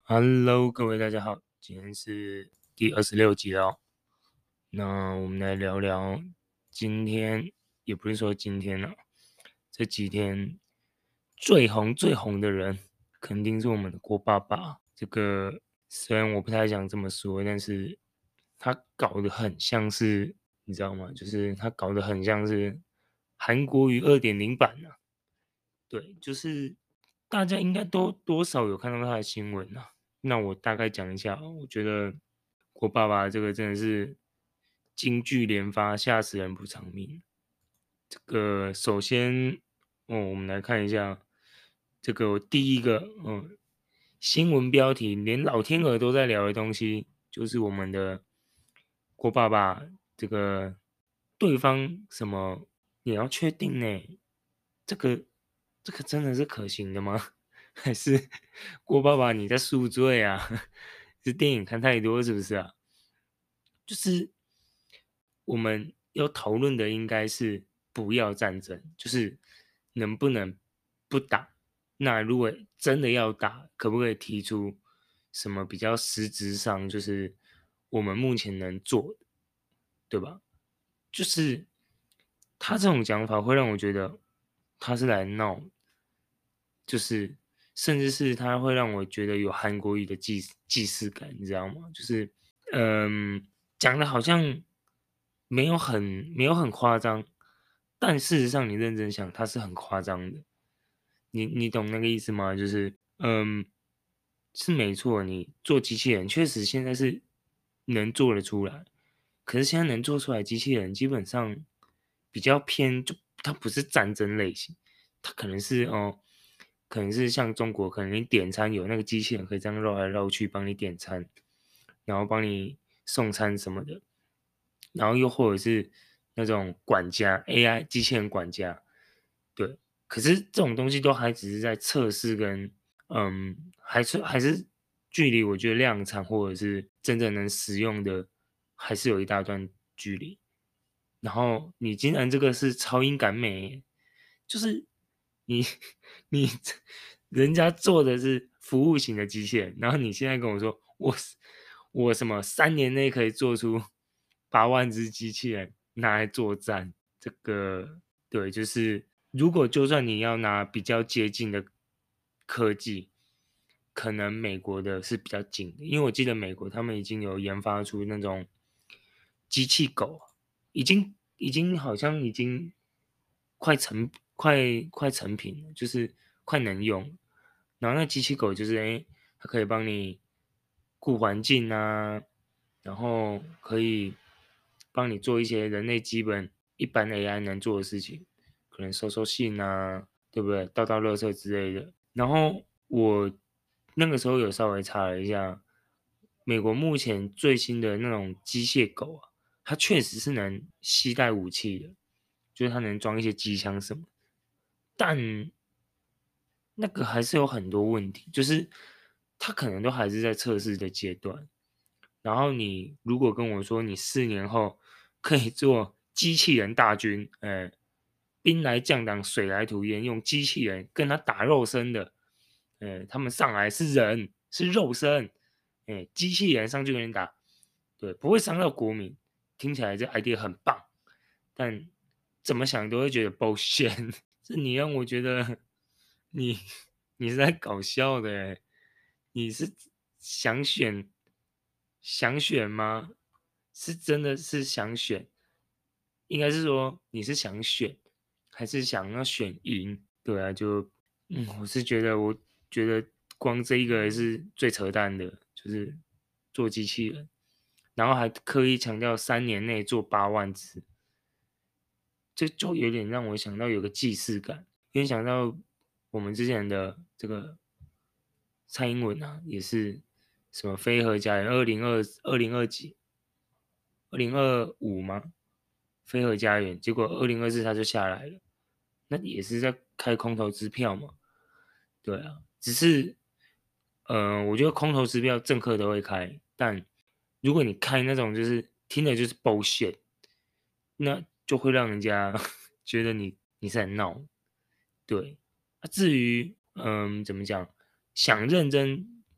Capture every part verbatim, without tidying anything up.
Hello，各位大家好，今天是第二十六集了哦。那我们来聊聊今天，也不是说今天了，这几天最红最红的人，肯定是我们的郭爸爸。这个虽然我不太想这么说，但是他搞得很像是，你知道吗？就是他搞得很像是韩国语二点零版啊。对，就是大家应该都多少有看到他的新闻啊。那我大概讲一下哦，我觉得郭爸爸这个真的是金句连发，吓死人不偿命。这个首先，哦，我们来看一下这个第一个，嗯，新闻标题，连老天鹅都在聊的东西，就是我们的郭爸爸这个对方什么，你要确定呢？这个这个真的是可行的吗？还是郭爸爸你在宿醉啊？是电影看太多是不是啊？就是我们要讨论的应该是不要战争，就是能不能不打。那如果真的要打，可不可以提出什么比较实质上，就是我们目前能做的，对吧？就是他这种讲法会让我觉得他是来闹，就是甚至是他会让我觉得有韩国语的既既视感，你知道吗？就是嗯，讲的好像没有很没有很夸张，但事实上你认真想，它是很夸张的。你你懂那个意思吗？就是嗯，是没错，你做机器人确实现在是能做得出来，可是现在能做出来机器人基本上比较偏，就它不是战争类型。它可能是哦，可能是像中国，可能你点餐有那个机器人可以这样绕来绕去帮你点餐，然后帮你送餐什么的，然后又或者是那种管家 A I 机器人管家，对。可是这种东西都还只是在测试跟嗯，还是还是距离我觉得量产或者是真正能使用的，还是有一大段距离。然后你竟然这个是超音感美，就是你你人家做的是服务型的机器人，然后你现在跟我说我我什么三年内可以做出八万只机器人拿来作战，这个对，就是如果就算你要拿比较接近的科技，可能美国的是比较近的，因为我记得美国他们已经有研发出那种机器狗，已经已经好像已经快成快快成品了，就是快能用。然后那机器狗就是哎，诶它可以帮你顾环境啊，然后可以帮你做一些人类基本一般 A I 能做的事情，可能收收信啊，对不对？倒倒垃圾之类的。然后我那个时候有稍微查了一下，美国目前最新的那种机械狗啊，它确实是能携带武器的，就是它能装一些机枪什么，但那个还是有很多问题，就是它可能都还是在测试的阶段。然后你如果跟我说你四年后可以做机器人大军，哎，兵来将挡，水来土掩，用机器人跟他打肉身的，哎，他们上来是人，是肉身，哎，机器人上去跟你打，对，不会伤到国民，听起来这 idea 很棒，但怎么想都会觉得 bullshit，这你让我觉得你你是在搞笑的欸，你是想选想选吗？是真的是想选，应该是说你是想选，还是想要选赢？对啊，就嗯，我是觉得，我觉得光这一个是最扯淡的，就是做机器人，然后还刻意强调三年内做八万只，这就有点让我想到有个既视感，因为想到我们之前的这个蔡英文啊，也是什么非核家园，二零二二零二几，二零二五吗？非核家园，结果二零二四他就下来了，那也是在开空头支票嘛。对啊，只是，呃，我觉得空头支票政客都会开，但如果你开那种就是听的就是 bullshit，那就会让人家觉得你你是很闹。对，啊至于嗯怎么讲，想认真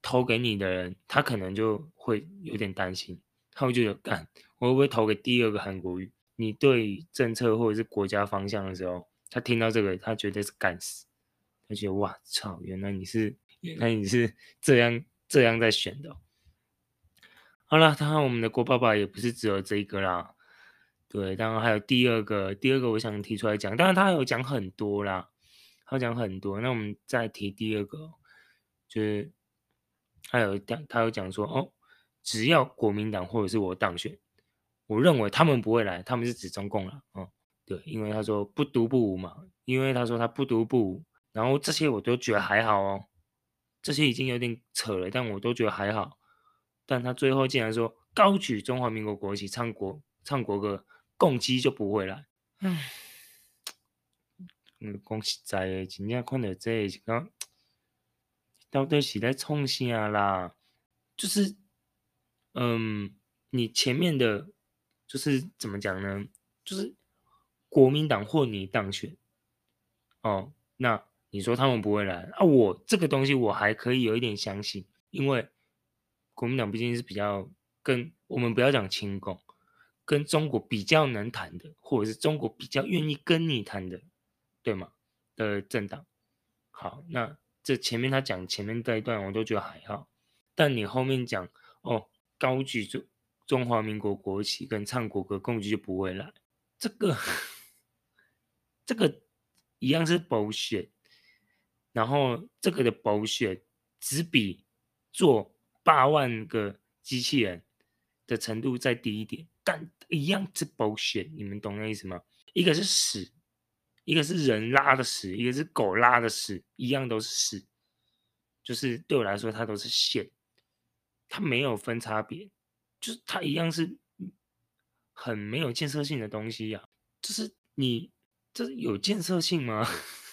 投给你的人，他可能就会有点担心，他会觉得，干，我会不会投给第二个韩国瑜？你对政策或者是国家方向的时候，他听到这个，他绝对是干死，他觉得哇操，原来你是原来你是这样这样在选的哦。好啦，当然我们的国爸爸也不是只有这一个啦，对，当然还有第二个，第二个我想提出来讲，当然他有讲很多啦，他有讲很多，那我们再提第二个，就是他有讲，他有讲说，哦，只要国民党或者是我当选，我认为他们不会来，他们是指中共啦，哦，对，因为他说不独不武嘛，因为他说他不独不武，然后这些我都觉得还好哦，这些已经有点扯了，但我都觉得还好。但他最后竟然说高举中华民国国旗唱国唱国歌，共机就不会来。唉，嗯，讲实在的，真正看到这个是讲，到底是在冲啥啦？就是，嗯，你前面的，就是怎么讲呢？就是国民党或你当选哦，那你说他们不会来啊？我这个东西我还可以有一点相信，因为国民党毕竟是比较跟我们不要讲亲共，跟中国比较能谈的，或者是中国比较愿意跟你谈的，对吗？的政党。好，那这前面他讲前面这一段我都觉得还好，但你后面讲哦，高举中中华民国国旗跟唱国歌，共计就不会来，这个这个一样是 bullshit，然后这个的 bullshit 只比做八万个机器人的程度再低一点，但一样是 bullshit，你们懂那意思吗？一个是屎，一个是人拉的屎，一个是狗拉的屎，一样都是屎，就是对我来说它都是线，它没有分差别，就是它一样是很没有建设性的东西呀、就是你这有建设性吗？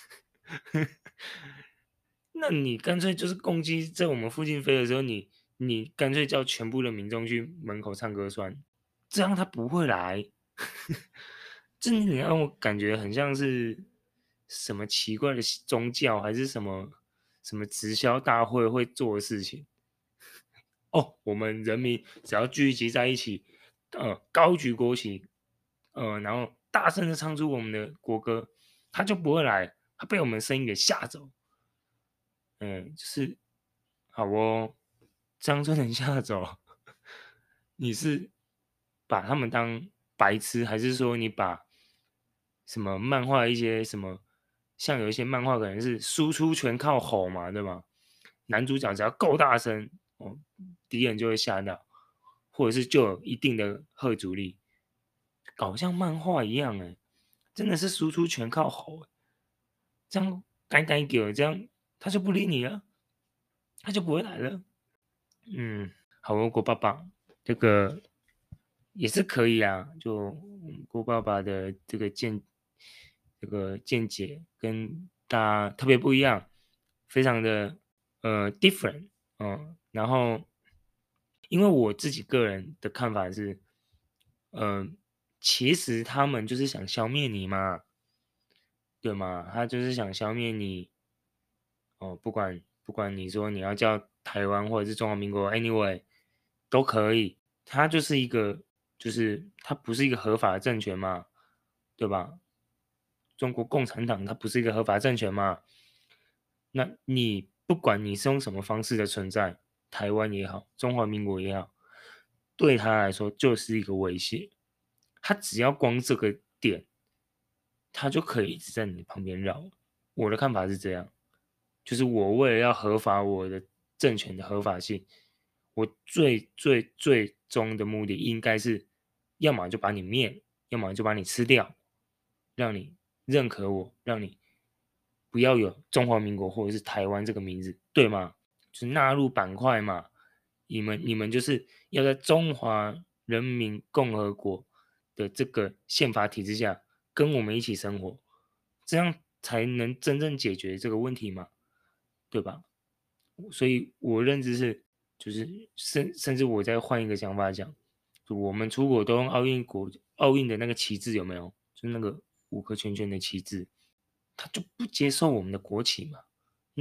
那你干脆就是公鸡在我们附近飞的时候，你你干脆叫全部的民众去门口唱歌算，这样他不会来。这你让我感觉很像是什么奇怪的宗教，还是什么什么直销大会会做的事情。哦，我们人民只要聚集在一起，呃，高举国旗，呃，然后大声的唱出我们的国歌，他就不会来，他被我们声音给吓走。嗯，就是好哦，这样就能吓走？你是把他们当白痴，还是说你把什么漫画一些什么，像有一些漫画可能是输出全靠吼嘛，对吧？男主角只要够大声，哦，敌人就会吓到，或者是就有一定的吓阻力，搞像漫画一样，哎，真的是输出全靠吼，这样改改给这样他就不理你了，他就不会来了。嗯，好哦，郭爸爸，这个也是可以啊。就嗯郭爸爸的这个见，这个见解跟大家特别不一样，非常的呃 different，嗯，然后因为我自己个人的看法是，嗯、其实他们就是想消灭你嘛，对吗？他就是想消灭你，哦，不管不管你说你要叫台湾或者是中华民国，anyway 都可以，它就是一个，就是它不是一个合法的政权嘛，对吧？中国共产党它不是一个合法政权嘛，那你不管你是用什么方式的存在，台湾也好，中华民国也好，对他来说就是一个威胁。他只要光这个点，他就可以一直在你旁边绕。我的看法是这样，就是我为了要合法我的政权的合法性，我最最最终的目的应该是，要么就把你灭，要么就把你吃掉，让你认可我，让你不要有中华民国或者是台湾这个名字，对吗？就是纳入板块嘛，你们你们就是要在中华人民共和国的这个宪法体制下跟我们一起生活，这样才能真正解决这个问题嘛，对吧？所以我认知是，就是甚甚至我再换一个想法讲，就我们出国都用奥运国奥运的那个旗帜有没有？就是那个五个圈圈的旗帜，他就不接受我们的国旗嘛？那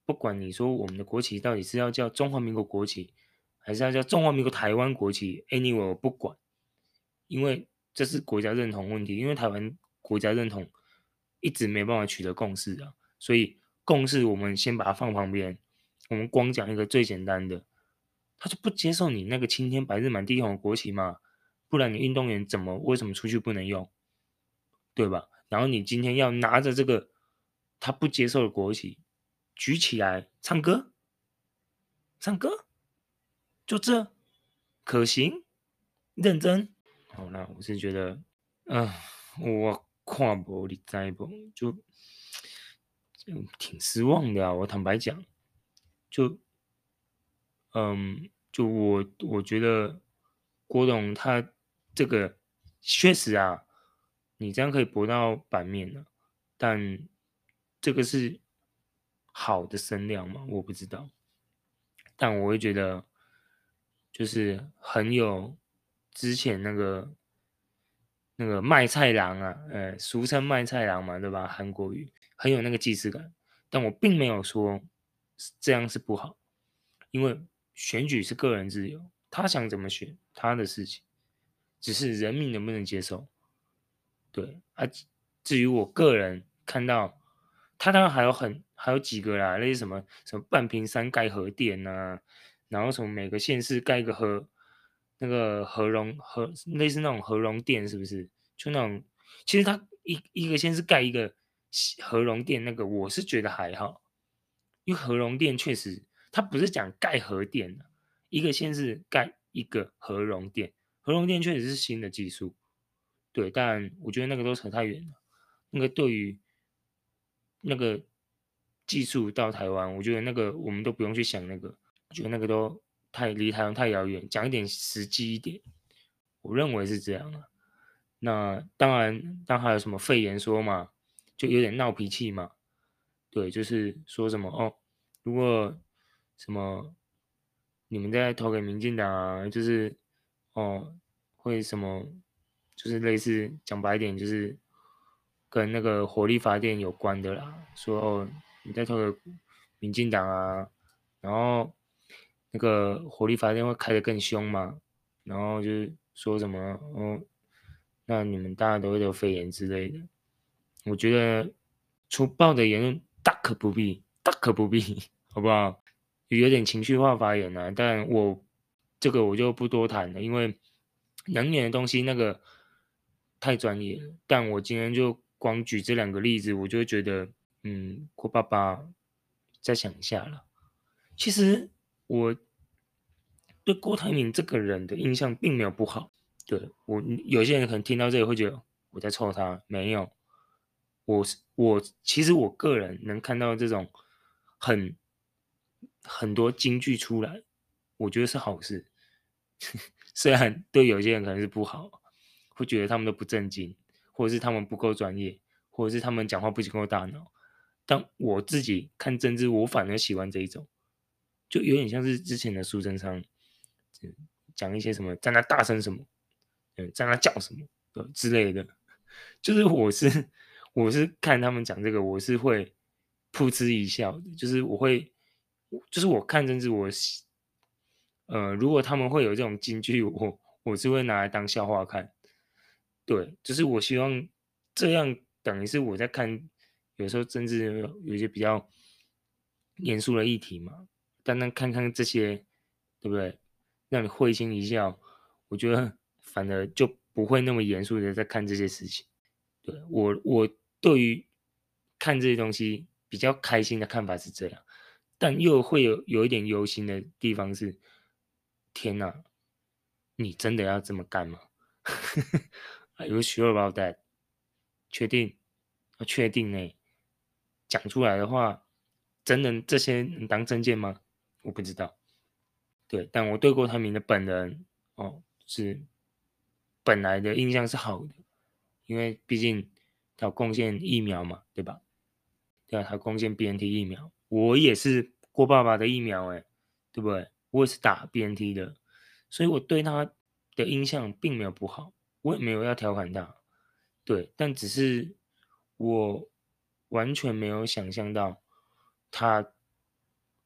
不管你说我们的国旗到底是要叫中华民国国旗，还是要叫中华民国台湾国旗 ，anyway 我不管，因为这是国家认同问题，因为台湾国家认同一直没办法取得共识啊，所以共识我们先把它放旁边，我们光讲一个最简单的，他就不接受你那个青天白日满地红的国旗嘛，不然你运动员怎么为什么出去不能用，对吧？然后你今天要拿着这个他不接受的国旗举起来唱歌，唱歌就这可行？认真？好，那我是觉得，嗯、呃，我看不你知不，就就挺失望的啊。我坦白讲，就嗯，就我我觉得郭董他这个确实啊，你这样可以博到版面了，但这个是好的声量吗？我不知道，但我会觉得就是很有之前那个那个卖菜郎啊，呃，俗称卖菜郎嘛，对吧？韩国语很有那个既视感，但我并没有说这样是不好，因为选举是个人自由，他想怎么选他的事情，只是人民能不能接受。对啊，至于我个人看到，他当然还有很还有几个啦，类似什么什么半屏山盖核电呐、然后什么每个县市盖一个核那个核容核类似那种核容电，是不是？就那种，其实他一一个县市盖一个核容电，那个我是觉得还好，因为核容电确实它不是讲盖核电的，一个县市盖一个核容电，核容电确实是新的技术。对，但我觉得那个都扯太远了。那个对于那个技术到台湾，我觉得那个我们都不用去想那个，我觉得那个都太离台湾太遥远，讲一点实际一点，我认为是这样啊。那当然，当还有什么肺炎说嘛，就有点闹脾气嘛。对，就是说什么哦，如果什么你们在投给民进党啊，就是哦会什么，就是类似讲白一点，就是跟那个火力发电有关的啦。说哦你在投给民进党啊，然后那个火力发电会开得更凶嘛，然后就是说什么哦，那你们大家都会得肺炎之类的。我觉得粗暴的言论大可不必，大可不必，好不好？有点情绪化发言啊，但我这个我就不多谈了，因为能源的东西那个太专业了。但我今天就光举这两个例子，我就会觉得，嗯，郭爸爸再想一下了。其实我对郭台铭这个人的印象并没有不好，对我有些人可能听到这里会觉得我在臭他，没有，我是我其实我个人能看到这种很很多金句出来，我觉得是好事。虽然对有些人可能是不好，会觉得他们都不正经，或者是他们不够专业，或者是他们讲话不经过大脑。但我自己看政治，我反而喜欢这一种，就有点像是之前的苏贞昌，嗯讲一些什么在那大声什么，嗯，在那叫什么呃之类的，就是我是我是看他们讲这个，我是会噗嗤一笑的，就是我会，就是我看政治，我呃，如果他们会有这种金句，我我是会拿来当笑话看。对，就是我希望这样，等于是我在看，有时候政治有有一些比较严肃的议题嘛，单单看看这些，对不对？让你会心一笑，我觉得反而就不会那么严肃的在看这些事情。对，我我对于看这些东西比较开心的看法是这样，但又会有有一点忧心的地方是，天哪，你真的要这么干吗？Are you sure about that？确定？要确定呢？讲出来的话，真的这些能当证件吗？我不知道。对，但我对郭台铭的本人哦是本来的印象是好的，因为毕竟他有贡献疫苗嘛，对吧？对啊，他贡献 B N T 疫苗，我也是郭爸爸的疫苗，哎，对不对？我也是打 B N T 的，所以我对他的印象并没有不好，我也没有要调侃他，对，但只是我完全没有想象到他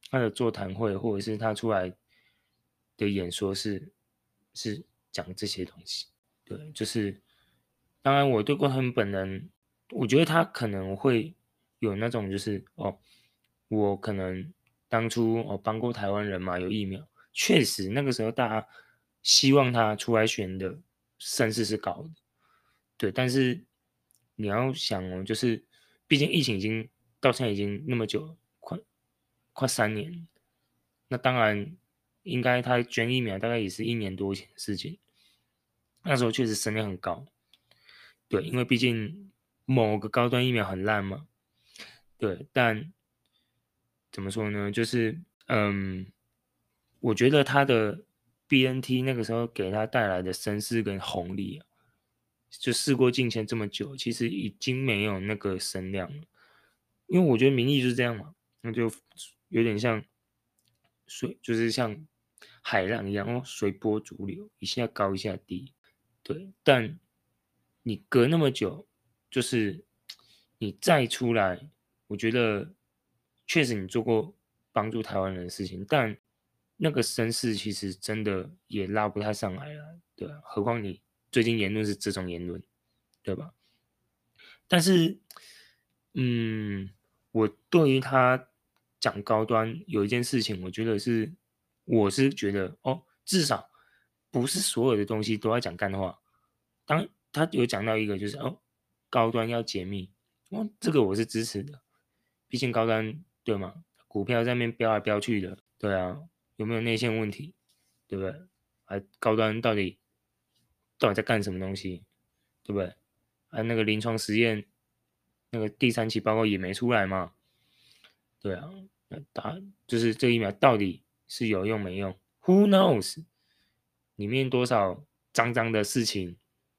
他的座谈会或者是他出来的演说是是讲这些东西。对，就是当然我对郭台铭本人，我觉得他可能会有那种就是哦，我可能当初哦帮过台湾人嘛，有疫苗，确实那个时候大家希望他出来选的声势是高的。对，但是你要想哦，就是毕竟疫情已经到现在已经那么久，快快三年，那当然应该他捐疫苗大概也是一年多前的事情，那时候确实声量很高。对，因为毕竟某个高端疫苗很烂嘛。对，但怎么说呢？就是嗯，我觉得他的 B N T 那个时候给他带来的声势跟红利啊，就事过境迁这么久，其实已经没有那个声量了。因为我觉得民意就是这样嘛，那就有点像水，就是像海浪一样，哦，随波逐流，一下高一下低。对，但你隔那么久，就是你再出来，我觉得确实你做过帮助台湾人的事情，但那个声势其实真的也拉不太上来了，对啊，何况你最近言论是这种言论，对吧？但是，嗯，我对于他讲高端有一件事情，我觉得是，我是觉得哦，至少不是所有的东西都要讲干话。当他有讲到一个就是哦，高端要解密，哦，这个我是支持的，毕竟高端对吗？股票在那边飙来飙去的，对啊，有没有内线问题，对不对？还高端到底到底在干什么东西，对不对？啊，那个临床实验，那个第三期报告也没出来嘛，对啊，那打就是这疫苗到底是有用没用？Who knows？里面多少脏脏的事情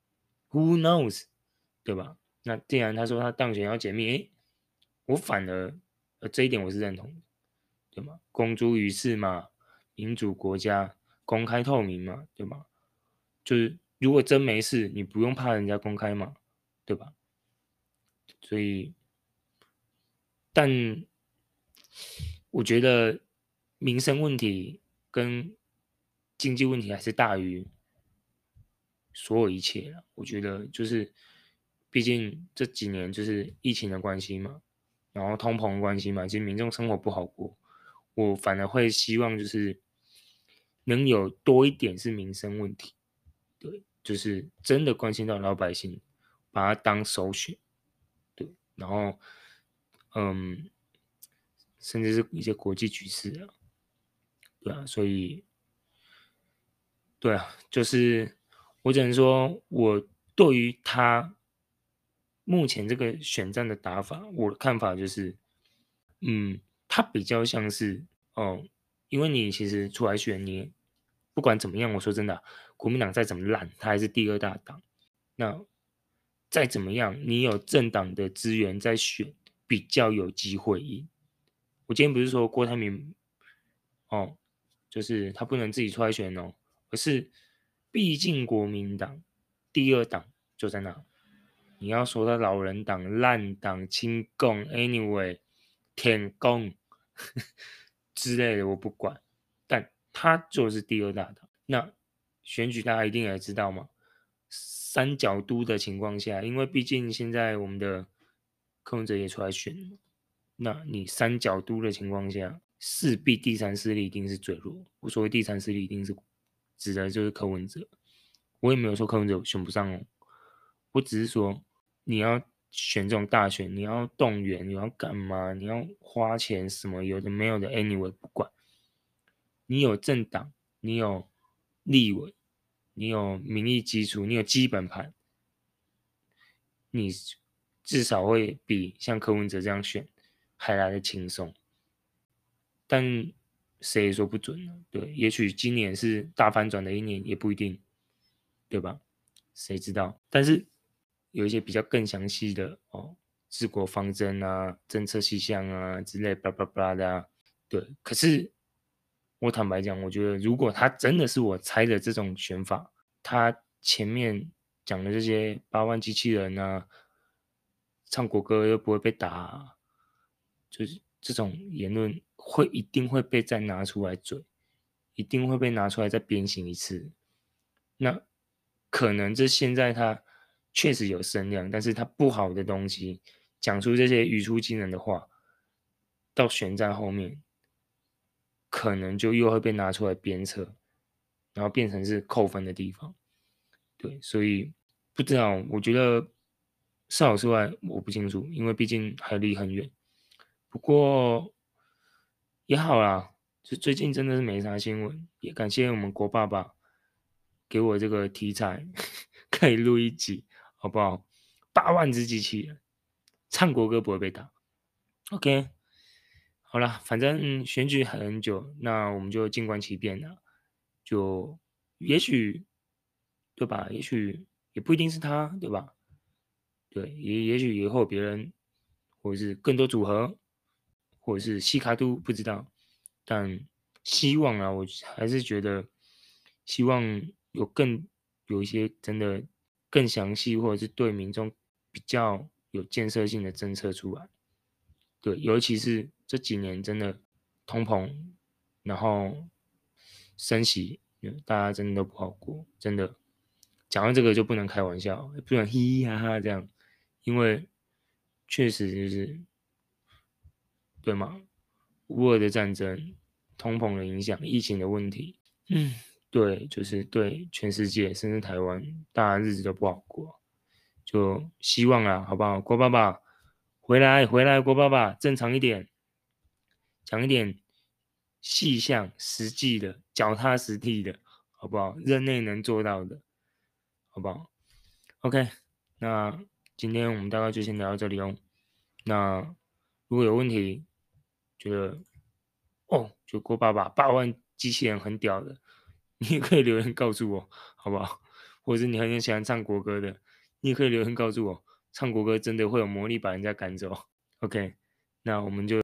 ？Who knows？对吧？那既然他说他当选要解密，诶，我反而呃这一点我是认同的，对吗？公诸于世嘛，民主国家公开透明嘛，对吗？就是如果真没事，你不用怕人家公开嘛，对吧？所以，但我觉得民生问题跟经济问题还是大于所有一切了。我觉得就是，毕竟这几年就是疫情的关系嘛，然后通膨的关系嘛，其实民众生活不好过。我反而会希望就是能有多一点是民生问题，对，就是真的关心到老百姓，把它当首选，对，然后嗯，甚至是一些国际局势啊，对啊，所以对啊，就是我只能说，我对于他目前这个选战的打法，我的看法就是，嗯，他比较像是哦，因为你其实出来选你，不管怎么样，我说真的啊国民党再怎么烂，他还是第二大党。那再怎么样，你有政党的资源在选，比较有机会赢。我今天不是说郭台铭哦，就是他不能自己出来选哦，而是毕竟国民党第二党就在那。你要说他老人党、烂党、亲共，anyway，舔共之类的，我不管，但他就是第二大党。那选举大家一定也知道嘛，三角都的情况下，因为毕竟现在我们的柯文哲也出来选了嘛，那你三角都的情况下，势必第三势力一定是最弱。我所谓第三势力，一定是指的就是柯文哲。我也没有说柯文哲选不上哦，我只是说你要选这种大选，你要动员，你要干嘛？你要花钱什么有的没有的，anyway 不管。你有政党，你有立委，你有民意基础，你有基本盘，你至少会比像柯文哲这样选还来的轻松。但谁说不准呢？对，也许今年是大反转的一年，也不一定，对吧？谁知道？但是有一些比较更详细的哦，治国方针啊、政策细项啊之类，巴拉巴拉的啊，对。可是我坦白讲，我觉得如果他真的是我猜的这种选法，他前面讲的这些八万机器人啊，唱国歌又不会被打啊，就是这种言论会。 会一定会被再拿出来嘴，一定会被拿出来再鞭刑一次。那可能这现在他确实有声量，但是他不好的东西，讲出这些语出惊人的话，到选战后面，可能就又会被拿出来鞭策，然后变成是扣分的地方。对，所以不知道，我觉得是好是坏我不清楚，因为毕竟还离很远。不过也好啦，就最近真的是没啥新闻，也感谢我们国爸爸给我这个题材，可以录一集，好不好？八万只机器人唱国歌不会被打。OK，好啦，反正、嗯、选举还很久，那我们就静观其变啦。就也许对吧？也许也不一定是他，对吧？对，也也许以后别人，或者是更多组合，或者是西卡都不知道，但希望啊，我还是觉得希望有更有一些真的更详细，或者是对民众比较有建设性的政策出来。对，尤其是这几年真的通膨，然后升息，嗯大家真的都不好过，真的。讲到这个就不能开玩笑，不能嘻嘻哈哈这样，因为确实就是对吗？乌俄的战争、通膨的影响、疫情的问题，嗯，对，就是对全世界甚至台湾，大家日子都不好过。就希望啊，好不好？郭爸爸回来，回来，郭爸爸正常一点，讲一点细项、实际的、脚踏实地的，好不好？任内能做到的，好不好？OK，那今天我们大概就先聊到这里哦。那如果有问题，觉得哦，就郭爸爸八万机器人很屌的，你也可以留言告诉我，好不好？或者是你很喜欢唱国歌的，你也可以留言告诉我，唱国歌真的会有魔力把人家赶走。OK，那我们就。